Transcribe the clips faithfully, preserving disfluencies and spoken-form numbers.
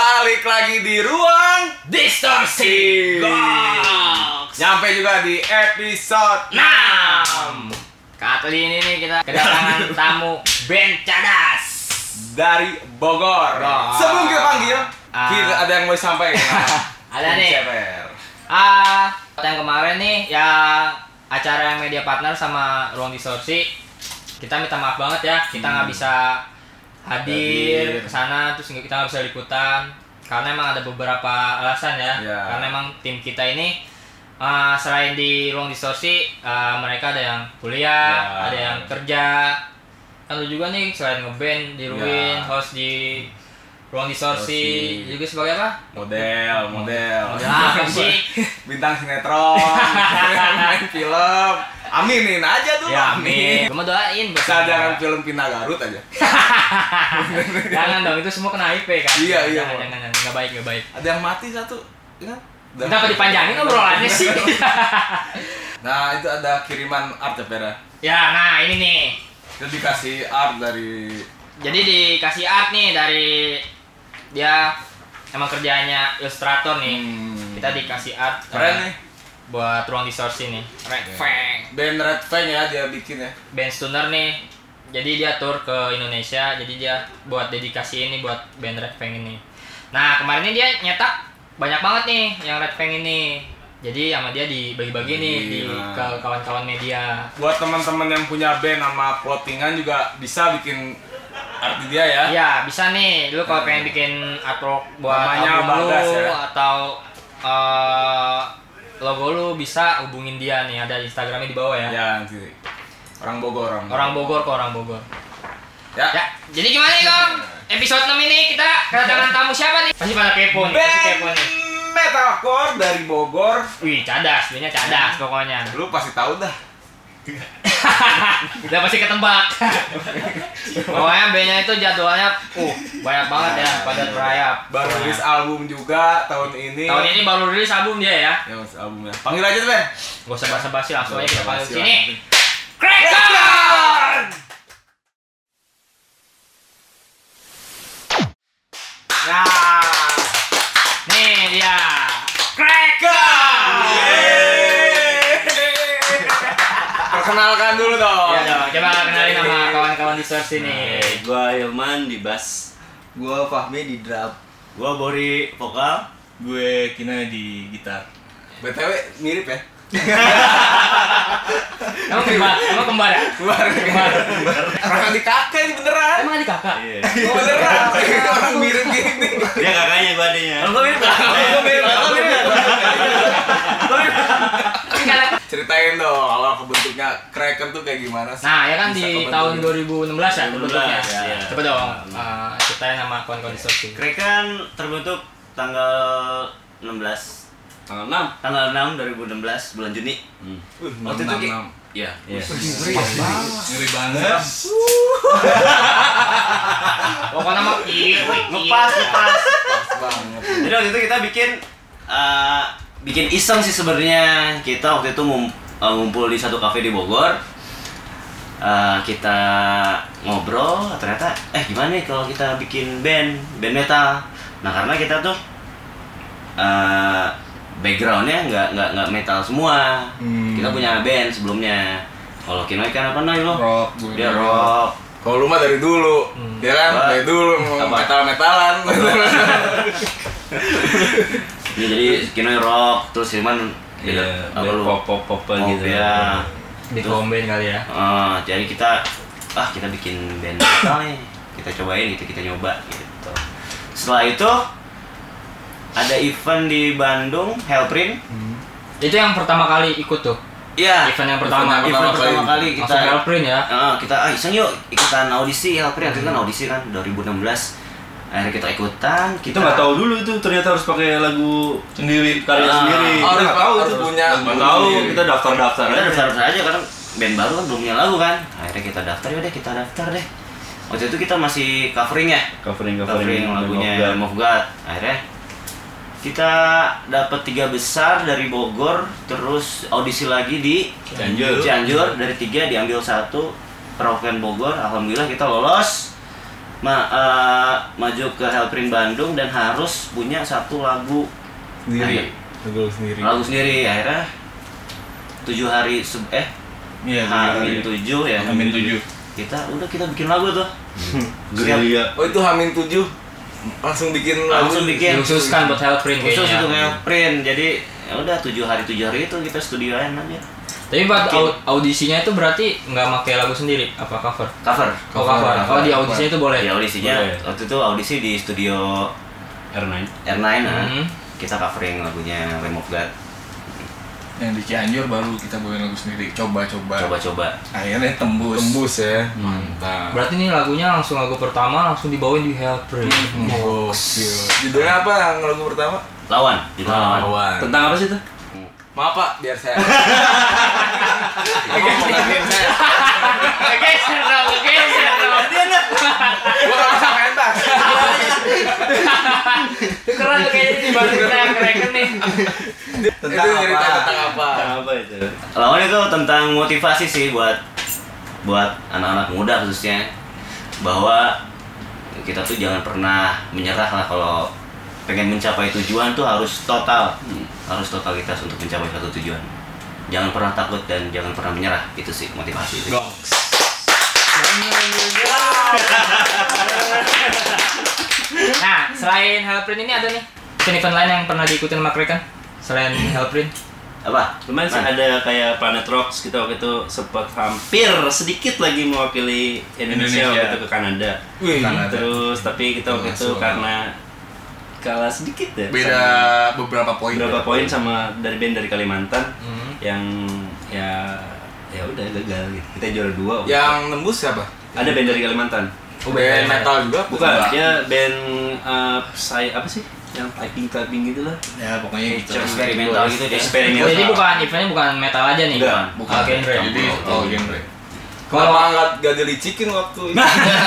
Balik lagi di ruang Distorsi Goks. Nyampe juga di episode enam. Kali ini nih kita kedatangan tamu band Cadas dari Bogor. Bogor. Sebelum kita panggil, Ah. kita ada yang mau disampaikan. Ada nih. Siapa? Ah, yang kemarin nih yang acara yang media partner sama Ruang Distorsi, kita minta maaf banget ya, kita nggak Hmm. bisa hadir Hadir. ke sana, terus kita nggak bisa liputan karena emang ada beberapa alasan ya. Ya. Karena emang tim kita ini uh, selain di Ruang Distorsi, uh, mereka ada yang kuliah, Ya. ada yang kerja. Kan lu juga nih selain ngeband di Ruin, Ya. host di Ruang Distorsi, Distorsi. juga sebagai apa? Model, model. Model apa sih? Bintang sinetron, main film. Aminin aja tuh. Ya amin. Gue mau doain buat Kesadaran film Pindah Garut aja. Jangan dong, itu semua kena I P kan. Iya, iya, Jangan, Bang. jangan, jangan, nggak baik, nggak baik. Ada yang mati satu, ya kan? Kenapa dipanjangin obrolannya sih? Nah, itu ada kiriman art ya, Pera. Ya, nah ini nih. Itu dikasih art dari Jadi dikasih art nih dari dia emang kerjanya ilustrator nih. Hmm. Kita dikasih art Keren uh, nih. buat Ruang Distorsi nih. Red Ya. Fang. Band Red Fang ya dia bikin ya. Band Stoner nih. Jadi dia tour ke Indonesia, jadi dia buat dedikasi ini buat band Red Fang ini. Nah, kemarin ini dia nyetak banyak banget nih yang Red Fang ini. Jadi sama dia dibagi-bagi nih di Nah. ke kawan-kawan media. Buat teman-teman yang punya band sama clothingan juga bisa bikin art di dia ya. Iya, bisa nih. Lu kalau Hmm. pengen bikin artwork buat Namanya album lu Bagas ya. atau eh, logo lu bisa hubungin dia nih, ada Instagramnya di bawah ya. Ya, nanti. Orang Bogor, orang. Orang Bogor kok, orang Bogor. Ya. Ya, jadi gimana nih, Kong? Episode enam ini kita kedatangan tamu siapa nih? Pasti pada kepo nih, pasti kepo Band nih. metalcore dari Bogor. Wih, cadas, dia cadas pokoknya. Lu pasti tahu dah. Udah pasti ketebak. Pokoknya bandnya itu jadwalnya uh banyak banget ya, pada rayap. Baru rilis album juga tahun ini. Tahun ini baru rilis album dia ya. Ya, mas, albumnya. Panggil aja tuh, Ben. Gak usah basa-basi, langsung aja kita panggil Basa-basi sini. langsung. Crackdown! Nah, Nih dia. Crackdown! perkenalkan dulu dong. Ya dong, coba kenalin sama kawan-kawan di source ini. Gua Hilman di bass, Gua Fahmi di drum. gua Bori vokal. Gue Kina di gitar. B T W mirip ya. Emang kembar, emang kembar ya? Kembar, kembar. Orang adik kakak ini beneran. Emang adik kakak? Iya. Oh, beneran. Orang mirip gini. Dia kakaknya, gua adanya. Gua mirip gak? Gua mirip, gua mirip. Enggak. Ceritain dong awal kebentuknya Kraken tuh kayak gimana sih? Nah, ya kan Bisa di kebentuk tahun gitu. dua ribu enam belas ya dua ribu enam terbentuknya. belas, ya. Coba dong, eh, ceritain nama kawan-kawan di source. Kraken terbentuk tanggal enam belas Tanggal enam. tanggal enam dua ribu enam belas bulan Juni. Uh, Waktu itu Ki. enam. Iya. Iya. Ngeri banget. Pokoknya mah iya, Ngepas, ngepas. Pas banget. Jadi waktu itu kita bikin eh, bikin iseng sih sebenarnya. Kita waktu itu ngum- eh, ngumpul di satu kafe di Bogor. Eh, kita ngobrol, ternyata eh gimana nih kalau kita bikin band, band metal. Nah karena kita tuh eh, backgroundnya nggak nggak nggak metal semua. Hmm. Kita punya band sebelumnya. Kalau Kinoy kan apa nih lo? Rock. Dia rock. Kalau lu mah dari dulu, Hmm. ya kan? Apa? Dari dulu mau Apa? metal-metalan. Ya, jadi Kinoy rock, terus Hilman Iya, apa lu? pop-pop Pop, gitu. ya. Di combine kali ya. Eh, jadi kita ah kita bikin band metal nih, kita cobain gitu, kita nyoba gitu. Setelah itu ada event di Bandung, Hellprint. Itu yang pertama kali ikut tuh. Iya. Event yang pertama. Event pertama pertama kali. kali kita. Masuk Hellprint ya. Eh, kita ah iseng yuk ikutan audisi Hellprint. Waktu itu kan audisi kan dua ribu enam belas. Akhirnya kita ikutan. Kita nggak tahu dulu itu ternyata harus pakai lagu sendiri, karya Ah. sendiri. Oh, Kita nggak tahu harus itu. punya Nggak lagu tahu. sendiri. Kita daftar-daftar Kita aja. daftar aja karena band baru kan belum punya lagu kan. Akhirnya kita daftar ya deh, kita daftar deh. Waktu itu kita masih covering ya. Covering Covering lagunya Lamb of God. Akhirnya kita dapat tiga besar dari Bogor, terus audisi lagi di Cianjur. Cianjur dari tiga diambil satu perwakilan Bogor. Alhamdulillah kita lolos. ma uh, maju ke Hellprint Bandung dan harus punya satu lagu Sendiri. Lagu sendiri. lagu sendiri. Akhirnya tujuh hari se eh Iya, Hamin tujuh ya. Hamin tujuh. Kita udah kita bikin lagu tuh. Gerilya. Oh itu Hamin tujuh langsung bikin Langsung lagu. bikin. Khususkan buat Hellprint Khusus kayaknya. untuk Hellprint. Jadi ya udah tujuh hari tujuh hari itu kita studioan aja. Tapi buat Bikin. au- audisinya itu berarti nggak pakai lagu sendiri, apa cover? Cover. Oh cover. Oh di audisinya itu boleh. Di audisinya Boleh. waktu itu audisi di studio R sembilan. R sembilan nah. Hmm. Kita covering lagunya Lamb of God. Yang di Cianjur baru kita bawain lagu sendiri. Coba-coba. Coba-coba. Akhirnya tembus. Tembus ya. Mantap. Berarti ini lagunya langsung lagu pertama langsung dibawain di Hellprint. Gokil. Judulnya apa yang lagu pertama? Lawan. Judul lawan. Lawan. Tentang apa sih tuh? Maaf Pak, biar saya. Ngomong mau gantiin saya. Geser dong, geser dong. Gua nggak bisa main bass. Itu keren tuh kayaknya dibanding yang Kraken nih. Itu cerita tentang apa? Tentang apa itu? Lawan itu tentang motivasi sih buat buat anak-anak muda khususnya, bahwa kita tuh jangan pernah menyerah lah. Kalau pengen mencapai tujuan tuh harus total, harus totalitas untuk mencapai satu tujuan. Jangan pernah takut dan jangan pernah menyerah. Itu sih motivasi. Goks. Nah, selain Hellprint ini ada nih event-event lain yang pernah diikutin sama Kraken selain Hellprint. Apa? Kemarin sih Nah. ada kayak Planet Rocks, kita waktu itu sempat hampir sedikit lagi mewakili Indonesia, Indonesia. waktu itu ke Kanada. Wih. Kanada. Terus tapi kita waktu itu Masuk. karena kalah sedikit ya. Beda sama beberapa poin. beberapa poin sama dari band dari Kalimantan Hmm. yang ya ya udah gagal gitu. Kita juara dua. waktu Yang itu. nembus siapa? Ada band dari Kalimantan. Oh, band metal juga? Bukan, dia band uh, saya apa sih? Yang typing typing gitu lah. Ya pokoknya gitu. Eksperimental gitu deh. Eksperimental. Oh, jadi bukan eventnya bukan metal aja nih. Enggak, bukan. Oh, genre. Jadi oh genre. Kalau nggak nggak dilicikin waktu itu.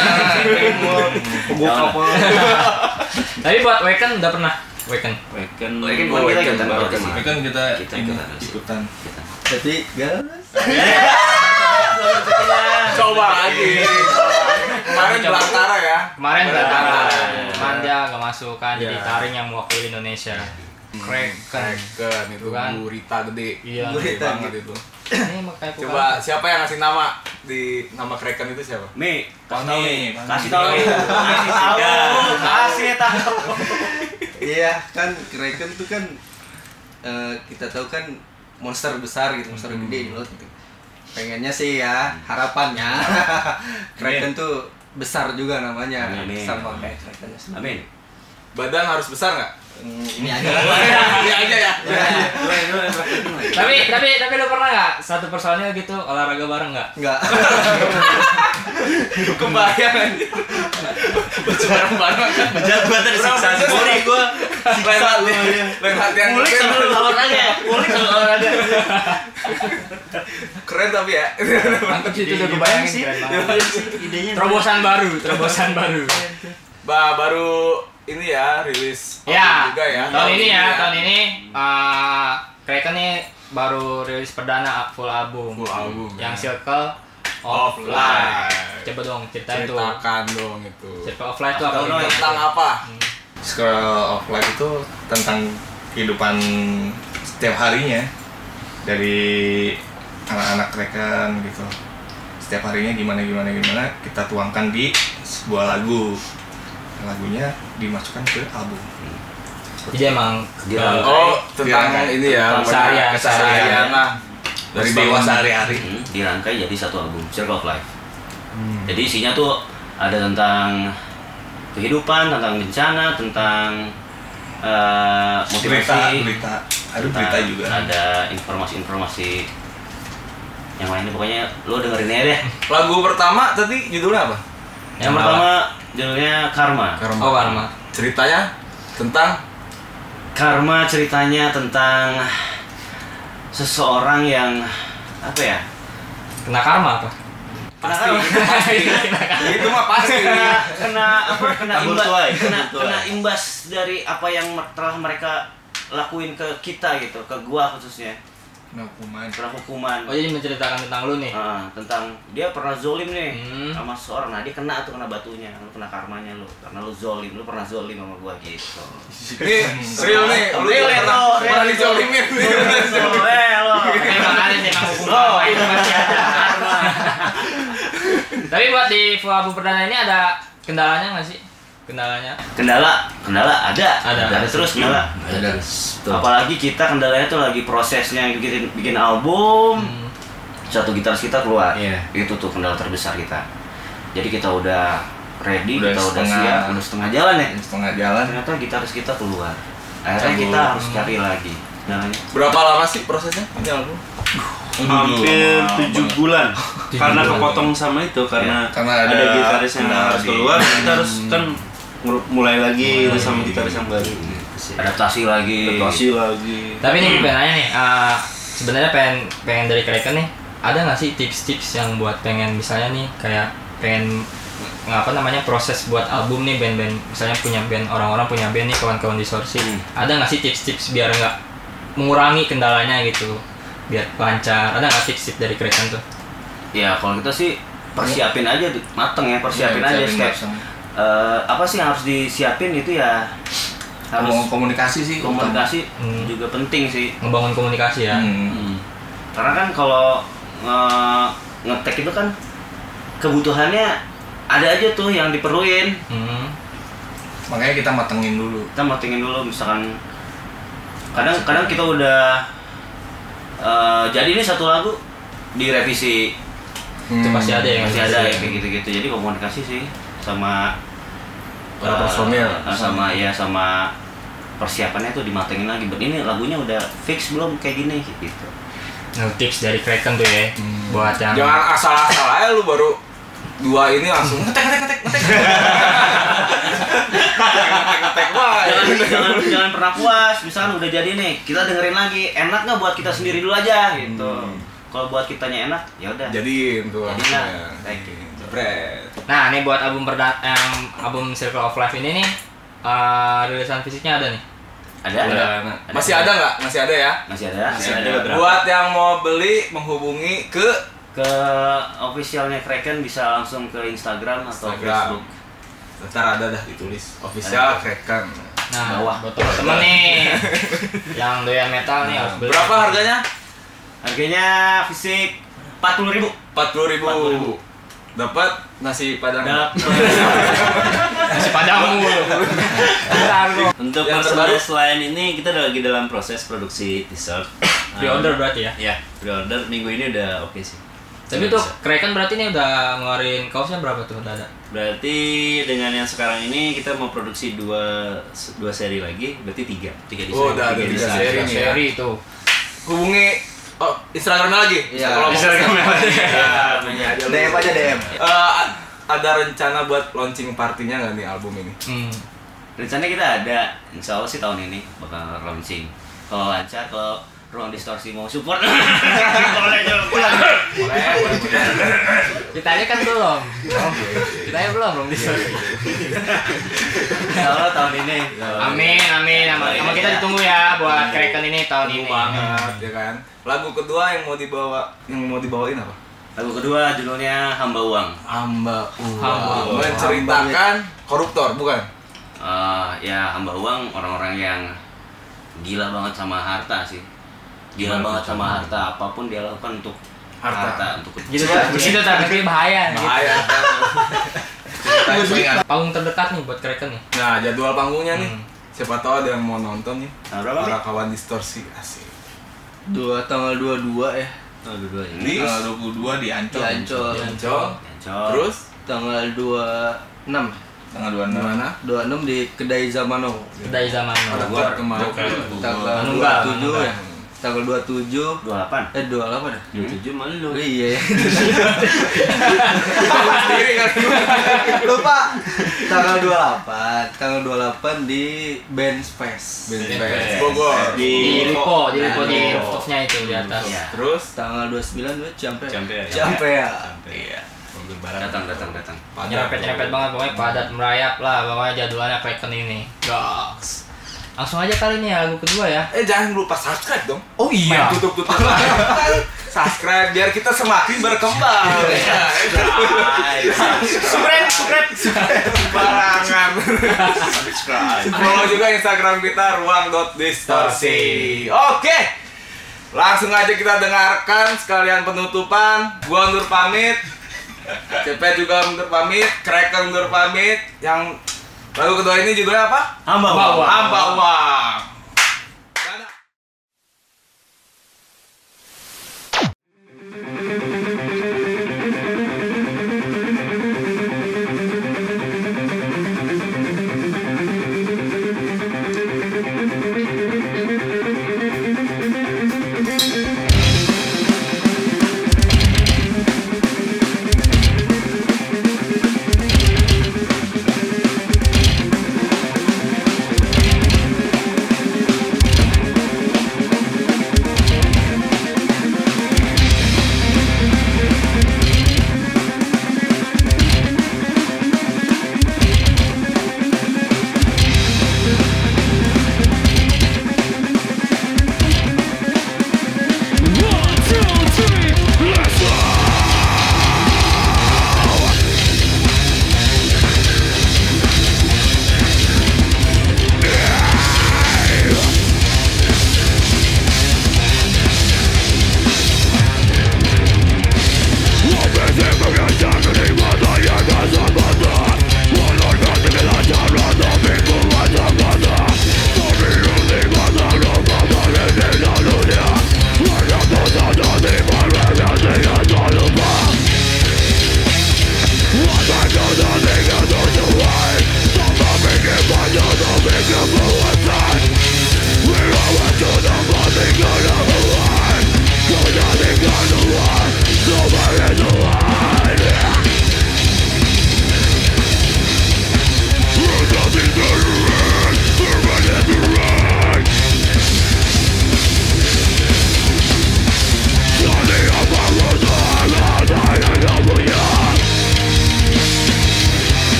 Gua apa? Tapi buat Waken udah pernah. Waken. Waken. Waken bukan kita ikutan baru berarti sih. kemarin. Tapi kan kita, Kita ini ikutan harus. ikutan. Tapi gas. Coba lagi. Kemarin Coba. Belantara ya. Kemarin udah Belantara. Kemarin dia nggak masuk kan, jadi Iya. taring yang mewakili Indonesia. Kraken. Kraken itu Bukan. Bu Rita gede. Iya. Gede banget itu. Ini makanya aku Coba siapa yang ngasih nama di nama Kraken itu siapa? Mi, kasih tahu Pani, Mi. Pani. Kasih tahu Mi. Kasih tahu. Kasih tahu. Iya kan Kraken tuh kan eh, kita tahu kan monster besar gitu, monster Hmm. gede di laut gitu. Pengennya sih ya harapannya Kraken tuh besar juga namanya, Amin. besar banget kayak Kraken. Amin. Badan harus besar nggak? Hmm, ini aja. Ini aja ya. Tapi tapi tapi lo pernah nggak satu personil gitu olahraga bareng nggak? Enggak. Kebayang aja. Bareng-bareng kan. Bejat banget ada siksa sorry gua. Lain latihan. Lain latihan. Ngulik sambil olahraga. Ngulik sambil olahraga. Keren tapi ya. Mantap sih itu udah Iya, kebayang sih. keren banget. Idenya. Terobosan baru, terobosan baru. Ba baru ini ya rilis album Ya, juga ya. tahun ini ya, tahun ini uh, Kraken nih baru rilis perdana full album. Full album, Yang ya. Circle of Of Life. Life. Coba dong ceritain tuh. Ceritakan dong itu. Circle of Life itu apa? Tahu dong, nih? Tentang apa? Scroll of Life itu tentang kehidupan setiap harinya dari anak-anak Kraken gitu. Setiap harinya gimana gimana gimana kita tuangkan di sebuah lagu. Lagunya dimasukkan ke album. Jadi emang Dia- Oh, tentang Iya, ini ya, tentang keseharian, keseharian. keseharian lah. Dari bawah sehari-hari. Hmm, dirangkai jadi satu album Circle of Life. Jadi isinya tuh ada tentang kehidupan, tentang bencana, tentang eh, Berita, motivasi, berita, ada tentang- berita juga. ada informasi-informasi yang lainnya. Pokoknya lo dengerin aja deh. Lagu pertama tadi judulnya apa? Yang pertama judulnya Karma. Oh, Karma. Ceritanya tentang Karma ceritanya tentang seseorang yang apa ya? kena karma apa? pasti, pasti. Itu mah pasti. kena kena apa kena Tabur imbas tuai, kena, tabur tuai. kena imbas dari apa yang mer- telah mereka lakuin ke kita gitu, ke gua khususnya. Kena hukuman. Pernah hukuman. Oh jadi menceritakan tentang lu nih. Ah, tentang dia pernah zolim nih Hmm. sama seorang. Nah dia kena tuh kena batunya, lu kena karmanya lu karena lu zolim, lu pernah zolim sama gua gitu. Nih, real nih. Lu Real, pernah real, pernah real. dizolimin. Oh, eh lo. Emang ada sih emang hukum Oh. karma itu masih ada. Tapi buat di Abu Perdana ini ada kendalanya nggak sih? Kendalanya? Kendala, kendala ada, Ada. terus kendala. Ada. Apalagi kita kendalanya tuh lagi prosesnya bikin bikin album. Hmm. Satu gitaris kita keluar. Iya. Itu tuh kendala terbesar kita. Jadi kita udah ready, Udah kita udah setengah- siap, udah setengah jalan ya. Setengah jalan. Ternyata gitaris kita keluar. Akhirnya Cabut. kita harus cari lagi. Namanya. Berapa lama sih prosesnya ini album? Hampir tujuh bulan karena bulan. kepotong sama itu karena, Ya, karena ada ada gitaris yang kendala harus di- keluar kita harus kan ngeru- mulai lagi Mulai sama lagi. gitaris yang baru Adaptasi lagi. adaptasi lagi. Tapi nih gue pengen nanya nih, uh, sebenarnya pengen pengen dari Kraken nih, ada nggak sih tips-tips yang buat pengen misalnya nih kayak pengen ngapa namanya proses buat album nih band-band misalnya punya band orang-orang punya band nih kawan-kawan Distorsi, Hmm. ada nggak sih tips-tips biar nggak mengurangi kendalanya gitu, biar lancar, ada nggak tips-tips dari Kraken tuh? Ya kalau kita sih persiapin aja tuh, mateng ya, persiapin Ya, aja persiapin kayak mateng. eh, apa sih yang harus disiapin itu ya harus Ngomong komunikasi sih. komunikasi Hmm. juga penting sih. Ngebangun komunikasi ya. Hmm. Hmm. Karena kan kalau nge- ngetek itu kan kebutuhannya ada aja tuh yang diperluin. Hmm. Makanya kita matengin dulu. Kita matengin dulu misalkan kadang kadang kita udah eh, jadi ini satu lagu direvisi. Itu pasti ada ya. Masih ada ya kayak gitu-gitu. Jadi komunikasi sih sama Para eh, personil. sama ya sama persiapannya tuh dimatengin lagi. Bet ini lagunya udah fix belum kayak gini gitu. Nah, tips dari Kraken tuh ya, buat yang Jangan asal-asal aja lu baru dua ini langsung ngetek ngetek ngetek ngetek. Ngetek ngetek wah. Jangan, jangan, jangan pernah puas. Misalkan udah jadi nih, kita dengerin lagi. Enak nggak buat kita sendiri dulu aja gitu. Kalau buat kitanya enak, ya udah. Jadiin tuh. Jadiin lah. langsung. Kayak gitu. Jebret. Nah, nih buat album perda yang album Circle of Life ini nih, uh, rilisan fisiknya ada nih. Ada, Ada. ada. Masih ada nggak? Masih ada ya. Masih ada. Masih ada beberapa. Buat yang mau beli menghubungi ke Ke officialnya Kraken bisa langsung ke Instagram atau Instagram. Facebook. Ntar ada dah ditulis official Ada. Kraken. Nah, Bawah. buat temen-temen nih yang doyan metal nih harus beli. Berapa harganya? Harganya fisik empat puluh ribu. Empat puluh ribu. empat puluh ribu. Dapat nasi padang. Masih padamu. Bentar gua. Untuk Yang merchandise lain ini kita udah lagi dalam proses produksi t-shirt. Pre-order berarti ya. Ya, pre-order minggu ini udah oke sih. Tapi Sudah tuh bisa. Kraken berarti nih udah ngeluarin kaosnya berapa tuh udah ada? Berarti dengan yang sekarang ini kita mau produksi dua dua seri lagi, berarti tiga. Tiga desain. Oh, udah ada Tiga tiga desain. seri nih ya. Seri itu. Hubungi oh, Instagramnya lagi. Iya, Kalau mau Instagramnya pesan. lagi. Iya, D M aja D M. Eh, ada rencana buat launching partinya nggak nih album ini? Hmm. Rencananya kita ada, insya Allah sih tahun ini bakal launching. Kalau lancar, kalau Ruang Distorsi mau support, boleh juga. Kita aja kan belum. Kita aja belum belum disuruh. Insya Allah tahun ini. Amin, amin. Sama, sama kita ditunggu ya buat Kraken ini tahun ini. Tunggu banget ya kan. Lagu kedua yang mau dibawa yang mau dibawain apa? Lagu kedua judulnya Hamba Uang. Hamba Hamba Uang. Menceritakan koruptor bukan? Eh, ya Hamba Uang orang-orang yang gila banget sama harta sih. Gila banget sama harta, apapun dia lakukan untuk harta, untuk Gitu tak, gitu tak, tapi bahaya. gitu. Bahaya kan. Panggung terdekat nih buat Kraken nih. Nah, jadwal panggungnya nih. Hmm. Siapa tahu ada yang mau nonton nih. Nah, berapa Para nih? kawan Distorsi asik. Dua tanggal dua puluh dua ya. Oh, dua ini. Di Tanggal dua puluh dua di Ancol. Di Ancol. Ancol. Ancol. Terus Tanggal dua puluh enam. Tanggal dua puluh di enam. mana? dua puluh enam di Kedai Zamano. Kedai zaman. Bogor. Dekat kemarin. Tanggal Manunggal, dua puluh tujuh ya. Tanggal dua puluh tujuh. dua puluh delapan. Eh dua puluh delapan ya? Dua tujuh malu. Oh, iya ya. Sendiri kan. Lupa. Tanggal dua puluh delapan. Tanggal dua puluh delapan di Band Space. Band Band Space Space. Bogor. Di Lipo, di Lipo di Lipo. rooftopnya itu di atas. Iya. Terus Tanggal dua puluh sembilan gue Campe. Campe ya. Campe ya. iya. Bogor Barat. Datang, datang, datang. Nyerempet-nyerempet banget pokoknya padat merayap lah pokoknya jadwalnya Kraken ini. Goks. Langsung aja kali ini ya lagu kedua ya. Eh jangan lupa subscribe dong. Oh Main tutup-tutup subscribe biar kita semakin berkembang. Subscribe, subscribe. Barangan. Subscribe. Follow juga Instagram kita ruang dot distorsi. Oke. Langsung aja kita dengarkan sekalian penutupan. Gua undur pamit. Cepet juga undur pamit. Kraken undur pamit. Yang lagu kedua ini judulnya apa? Hamba Hamba uang. Hamba uang. Dadah.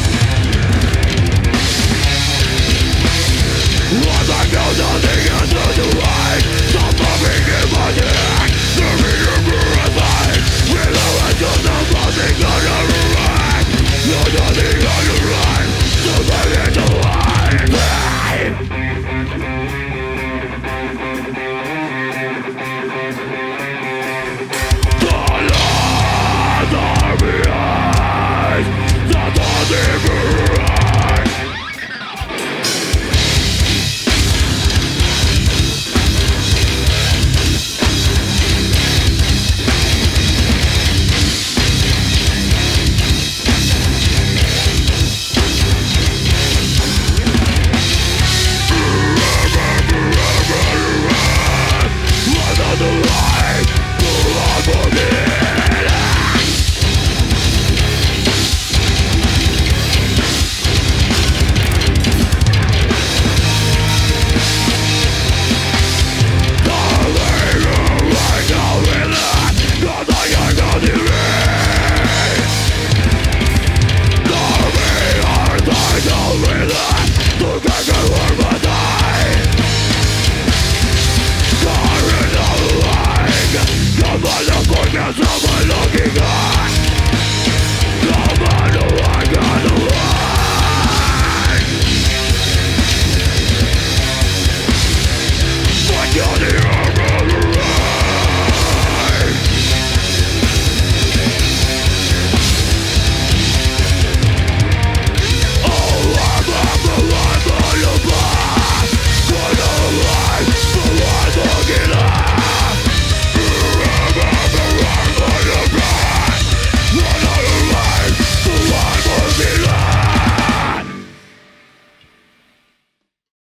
What I know, nothing else.